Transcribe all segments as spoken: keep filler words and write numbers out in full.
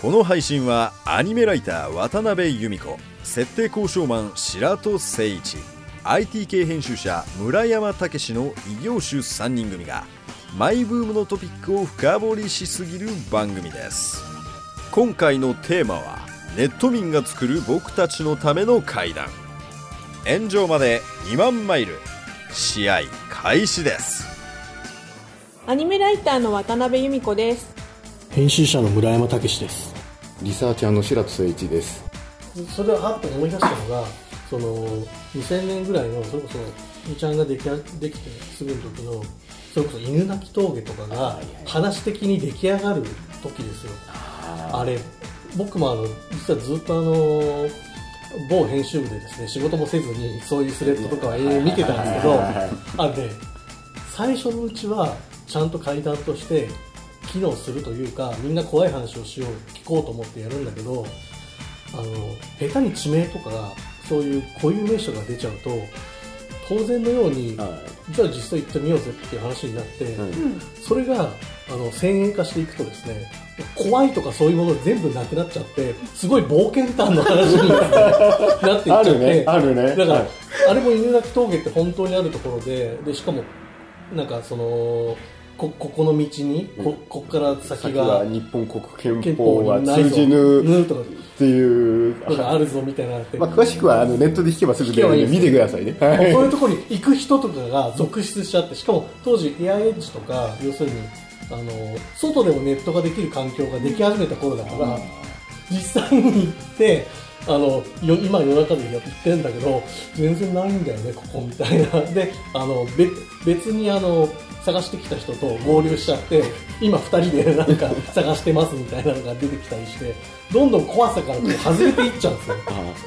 この配信はアニメライター渡辺由美子、設定交渉マン白戸誠一、 アイティー 系編集者村山武の異業種さんにん組がマイブームのトピックを深掘りしすぎる番組です。今回のテーマはネット民が作る僕たちのための怪談。炎上までにまんマイル、試合開始です。 アニメライターの渡辺由美子です。 編集者の村山武です。 リサーチャーの白戸誠一です。 それをはっと思い出したのが、そのにせんねんぐらいのそれこそにちゃんができできてすぐの時のそれこそ犬鳴峠とかが話的に出来上がる時ですよ。あれ僕もあの実はずっとあの某編集部でですね、仕事もせずにそういうスレッドとかは永遠見てたんですけど、あれ最初のうちはちゃんと怪談として機能するというか、みんな怖い話をしよう聞こうと思ってやるんだけど、あの下手に地名とかそういう固有名称が出ちゃうと当然のように、はい、じゃあ実際行ってみようぜっていう話になって、うん、それがあの先鋭化していくとですね、怖いとかそういうもの全部なくなっちゃって、すごい冒険探の話になっていっちゃって、あるね、あるね。だから、はい、あれも犬鳴峠って本当にあるところで、でしかもなんかそのこ, ここの道に こ, ここから先が、 先が日本国憲法が通じぬっていうのがあるぞみたいな、 まあ、詳しくはあのネットで聞けばすぐ出るので見てくださいね。 そういうところに行く人とかが続出しちゃって、しかも当時エアエッジとか要するにあの外でもネットができる環境ができ始めた頃だから、実際に行ってあの今夜中でやってるんだけど全然ないんだよねここみたいな。であのべ別にあの探してきた人と合流しちゃって今ふたりでなんか探してますみたいなのが出てきたりして、どんどん怖さからこう外れていっちゃうんですよ。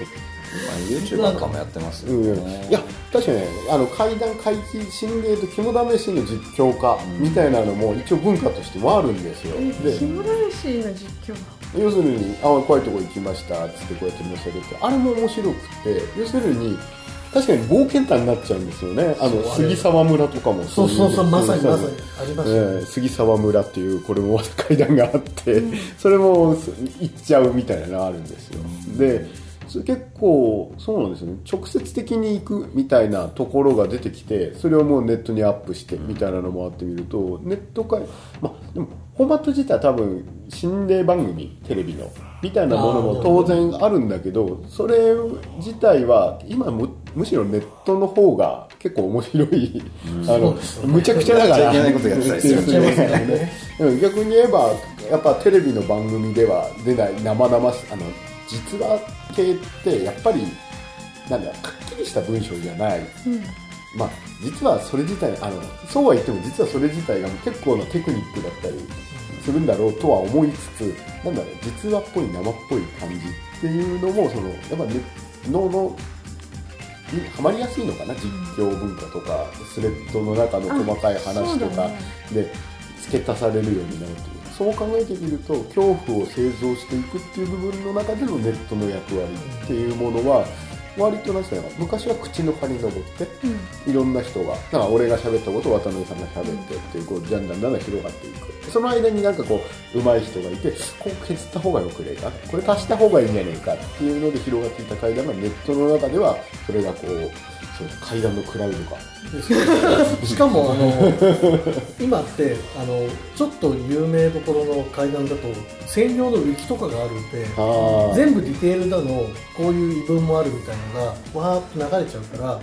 YouTube なんかもやってますよね。 うん、いや確かにね、あの怪談怪奇心霊と肝試しの実況化みたいなのも一応文化としてもあるんですよ。 で肝試しの実況、 要するにあ怖いとこ行きましたっつってこうやって載せるって、あれも面白くて、要するに確かに冒険探になっちゃうんですよね。あの杉沢村とかもそうそうそう、まさにまさにありましたね、 ね。杉沢村っていうこれも階段があって、うん、それも行っちゃうみたいなのがあるんですよ。で結構そうなんですよね、直接的に行くみたいなところが出てきて、それをもうネットにアップしてみたいなのもあってみると、ネットか、まあでもフォーマット自体は多分心霊番組テレビのみたいなものも当然あるんだけど、それ自体は今 む, むしろネットの方が結構面白い、うん、あのむちゃくちゃだからいけないことやってたりするんですね。逆に言えばやっぱテレビの番組では出ない生々しあの実話系ってやっぱりなんだかっきりした文章じゃない、うん、まあ実はそれ自体あのそうは言っても実はそれ自体が結構なテクニックだったりするんだろうとは思いつつ、なんだろう実話っぽい生っぽい感じっていうのもそのやっぱ、ね、脳のにはまりやすいのかな、実況文化とかスレッドの中の細かい話とかで付け足されるようになるという。そう考えてみると恐怖を製造していくっていう部分の中でのネットの役割っていうものは割となんですか、昔は口の葉に登って、うん、いろんな人がなんか俺が喋ったことを渡辺さんが喋ってっていうこうだんだんだんだん広がっていく。その間になんかこう上手い人がいて、こう削った方がよくねえか、これ足した方がいいんじゃねえかっていうので広がっていた階段がネットの中ではそれがこうそう階段のクラウドがしかもあの今ってあのちょっと有名どころの階段だと専用のウィキとかがあるんで、全部ディテールだのこういう異文もあるみたいなのがわーっと流れちゃうから、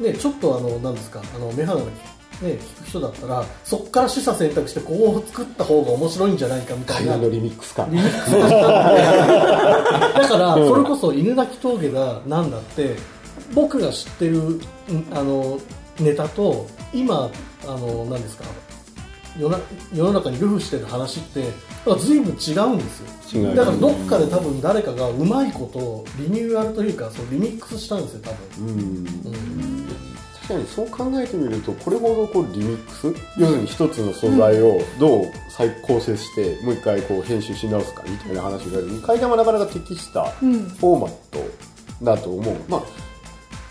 ね、ちょっとあのなんですか、あの目鼻が、ね、聞く人だったらそこから取捨選択してこう作った方が面白いんじゃないかみたいな階段のリミックスかリミックスだからそれこそ犬鳴峠だなんだって僕が知ってるあのネタと今あの何ですか世な世の中に流布してる話って随分違うんですよ。だからどっかで多分誰かがうまいことリニューアルというかそのリミックスしたんですよ多分。うん、うん、 確かにそう考えてみるとこれほどこうリミックス、要するに一つの素材をどう再構成してもう一回こう編集し直すかみたいな話がある。階段はなかなか適したフォーマットだと思う。まあ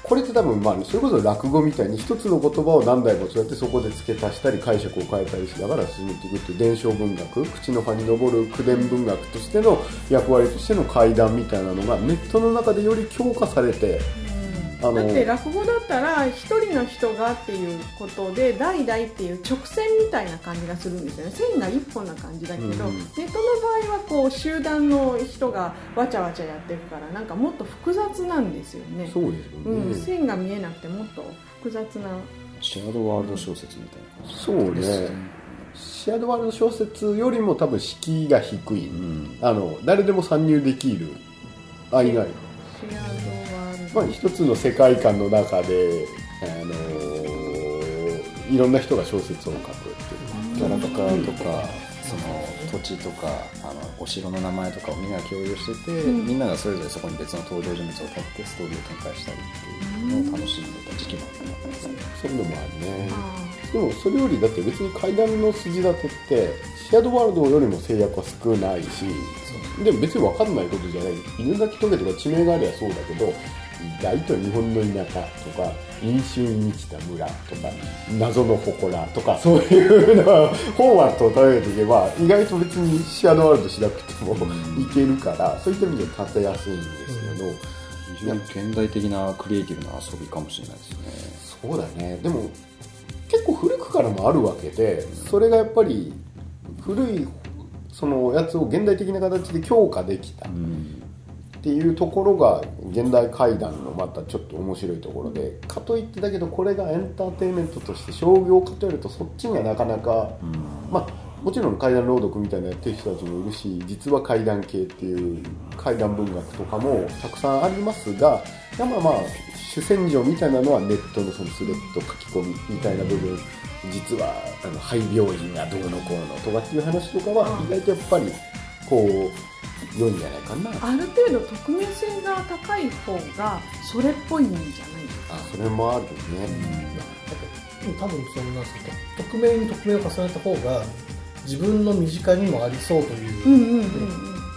これって多分、まあ、それこそ落語みたいに一つの言葉を何代もそうやってそこで付け足したり解釈を変えたりしながら進めていくっていう伝承文学、口の葉に上る口伝文学としての役割としての怪談みたいなのがネットの中でより強化されて、 あのだって落語だったら一人の人がっていうことで代々っていう直線みたいな感じがするんですよね。線が一本な感じだけど、うん、ネットの場合はこう集団の人がわちゃわちゃやってるからなんかもっと複雑なんですよね。 そうですよね、うん、 線が見えなくてもっと複雑なシェアドワールド小説みたいな、 そうね、シェアドワールド小説よりも多分敷居が低い、うん、あの誰でも参入できる愛があるシェアドワールド、 まあ、一つの世界観の中で、あのー、いろんな人が小説を書くっていうキャラとかとか、その土地とかあのお城の名前とかをみんなが共有してて、うん、みんながそれぞれそこに別の登場人物を立ってストーリーを展開したりっていうのを楽しんでた時期もあったんですね。 そういうのもあるね。でもそれよりだって別に怪談の筋立てってシェアドワールドよりも制約は少ないし、でも別に分かんないことじゃない。犬鳴峠とか地名がありゃそうだけど、意外と日本の田舎とか飲酒に満ちた村とか謎の祠とかそういうのは本はと捉えていけば意外と別にシェアドワールドしなくてもいけるから、そういった意味では立てやすいんですけど、うん、 非常に現代的なクリエイティブな遊びかもしれないですね。 そうだね。でも結構古くからもあるわけで、それがやっぱり古いそのやつを現代的な形で強化できたっていうところが現代怪談のまたちょっと面白いところで、かといってだけどこれがエンターテインメントとして商業化とやるとそっちにはなかなか、うん、まあもちろん怪談朗読みたいなやってる人たちもいるし、実は怪談系っていう怪談文学とかもたくさんありますが、まあまあ主戦場みたいなのはネットのそのスレッド書き込みみたいな部分、実はあの廃病院がどうのこうのとかっていう話とかは意外とやっぱりこう良いんじゃないかな。 ある程度匿名性が高い方がそれっぽいんじゃないですか。 あ、それもあるね。 うん、多分そんな匿名に匿名を重ねた方が自分の身近にもありそうという。うんうんうんうん、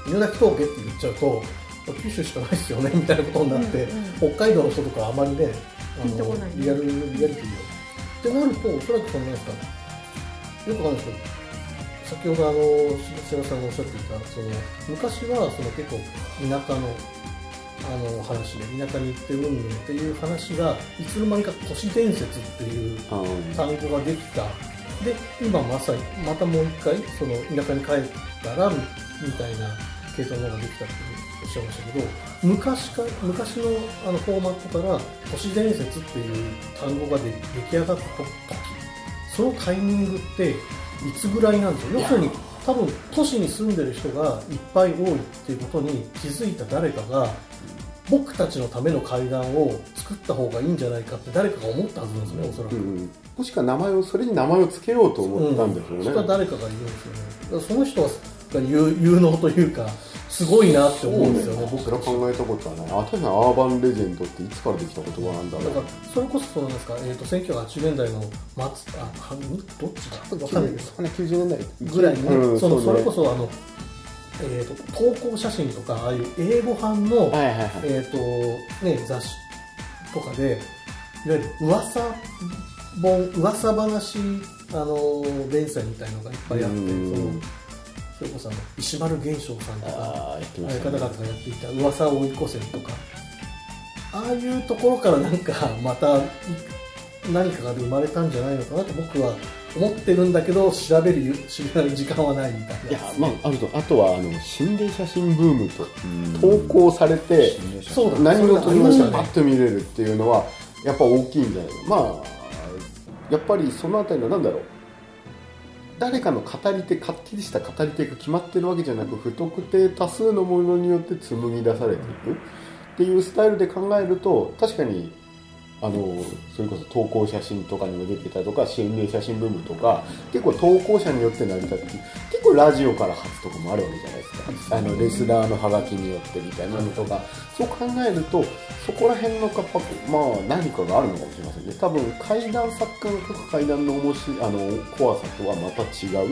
犬鳴峠って言っちゃうと九州しかないですよねみたいなことになって、うんうん、北海道の人とかあまりね、あのリアルリアリティをってなると、おそらくそのなんですか、よくわかんないですけど、先ほどあの白さんがおっしゃっていたその昔はその結構田舎のあの話で田舎に行ってうんぬんっていう話がいつの間にか都市伝説っていう単語ができた。で今まさにまたもう一回その田舎に帰ったらみたいな系統のができたっておっしゃいましたけど、昔か昔のあのフォーマットから都市伝説っていう単語がで出来上がった時、そのタイミングっていつぐらいなんですよ。要するに多分都市に住んでる人がいっぱい多いっていうことに気づいた誰かが僕たちのための怪談を作った方がいいんじゃないかって誰かが思ったはずなんですね、おそらく、うん、 もしくは名前をそれに名前を付けようと思ったんでしょうね、うん、 それは誰かがいるんですよね。だからその人が有, 有能というかすごいなって思うんですよね。僕それは考えたことはない。あ、確かにアーバンレジェンドっていつからできた言葉なんだろう。 だからそれこそそうなんですか、えー、とせんきゅうひゃくはちじゅうねんだいの末あはどっちだ分かんないけどきゅうじゅうねんだいぐらいに、ね、うん、そのそれこそあの、えー、と投稿写真とかああいう英語版の、はいはいはい、えーとね、雑誌とかでいわゆる噂本噂話あの連載みたいなのがいっぱいあって、そのそれこそあの石丸源章さんとかああいう方々がやっていた噂を追い越せとか、ああいうところからなんかまた何かが生まれたんじゃないのかなと僕は思ってるんだけど、調べる知らない時間はないみたいな。 いや、まあ、あるとあとはあの心霊写真ブームと投稿されて何事にもパッと見れるっていうのはやっぱ大きいんじゃないの。まあやっぱりそのあたりのなんだろう、誰かの語り手、かっきりした語り手が決まってるわけじゃなく、不特定多数のものによって紡ぎ出されていくっていうスタイルで考えると、確かにあのそれこそ投稿写真とかにも出てたりとか、心霊写真ブームとか結構投稿者によって成り立って結構ラジオから発とかもあるわけじゃないですか。あのレスラーのハガキによってみたいなのとか、そう考えるとそこら辺のかっぱ、まあ何かがあるのかもしれませんね。多分怪談作家の書く怪談の面白いあの怖さとはまた違う、うん、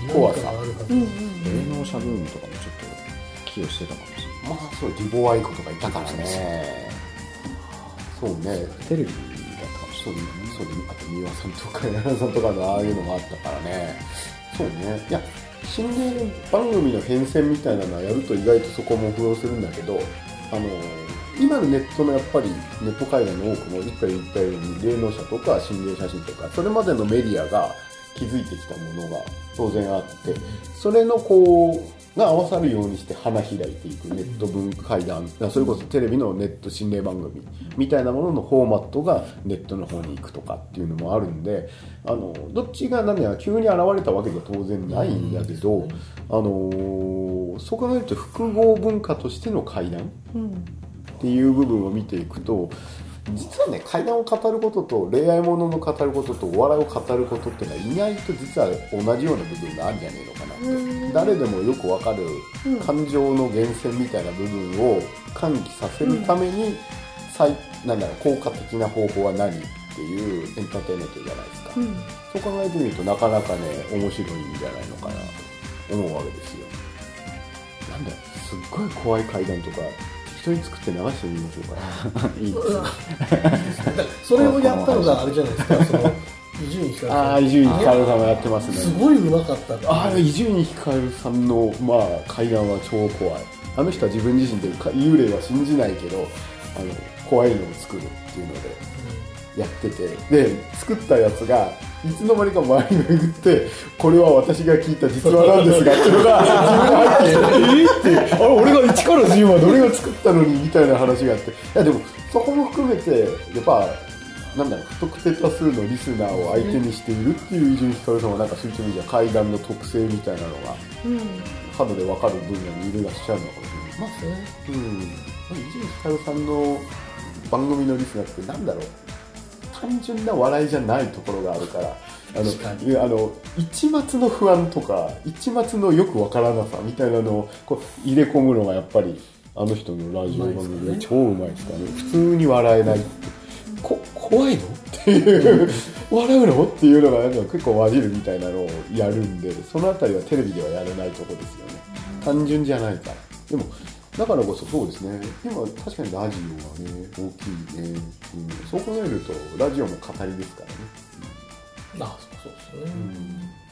怖さ。 芸能者ブームとかもちょっと寄与してたかもしれない。 まあそう、リボワイコとかいたからね。 そうね、 テレビだったかもしれないね。 そうね、あと三輪さんとか矢野さんとかのああいうのもあったからね。そうね、いや心霊番組の変遷みたいなのはやると意外とそこも浮上するんだけど、あの今のネットのやっぱりネット界隈の多くも一回言ったように霊能者とか心霊写真とかそれまでのメディアが築いてきたものが当然あって、それのこうが合わさるようにして花開いていくネット文化会談、それこそテレビのネット心霊番組みたいなもののフォーマットがネットの方に行くとかっていうのもあるんで、あのどっちが何や急に現れたわけじゃ当然ないんだけど、あのそう考えると複合文化としての怪談っていう部分を見ていくと、実はね、怪談を語ることと恋愛ものの語ることとお笑いを語ることっていうのは意外と実は同じような部分があるんじゃねえのかなって、誰でもよくわかる感情の源泉みたいな部分を喚起させるために、最なんだろう効果的な方法は何っていうエンターテインメントじゃないですか、うん、そう考えてみるとなかなかね面白いんじゃないのかなと思うわけですよ。なんだよ、すっごい怖い怪談とか人に作って流してみましょうかいいですねそれをやったのがあれじゃないですか、その伊集院光さん。 ああ、伊集院光さんがやってますね。 すごいうまかった。 ああ、伊集院光さんのまあ怪談は超怖い。あの人は自分自身で幽霊は信じないけど、あの怖いのを作るっていうのでやってて、で作ったやつがいつの間にか周り巡って、これは私が聞いた実話なんですがっていうのが自分に入ってきて、えーって、あれ俺がいちからじゅうまで俺が作ったのにみたいな話があって、いやでもそこも含めてやっぱなんだろう、不特定多数のリスナーを相手にしているっていう伊集院光さんはなんかそういう意味では怪談の特性みたいなのが、うん、肌で分かる分野にいらっしゃるのかもしれない。まあそうね。うん。伊集院光さんの番組のリスナーってなんだろう、単純な笑いじゃないところがあるから、あのあの一末の不安とか一末のよくわからなさみたいなのをこう入れ込むのがやっぱりあの人のラジオ番組で超うまいですからね。普通に笑えないって、こ怖いのっていう笑うのっていうのがなんか結構混じるみたいなのをやるんで、そのあたりはテレビではやれないとこですよね。単純じゃないから。でもだからこそそうですね、今確かにラジオはね大きいね、うん、そう考えるとラジオも語りですからね。 あ、そうですね、うん。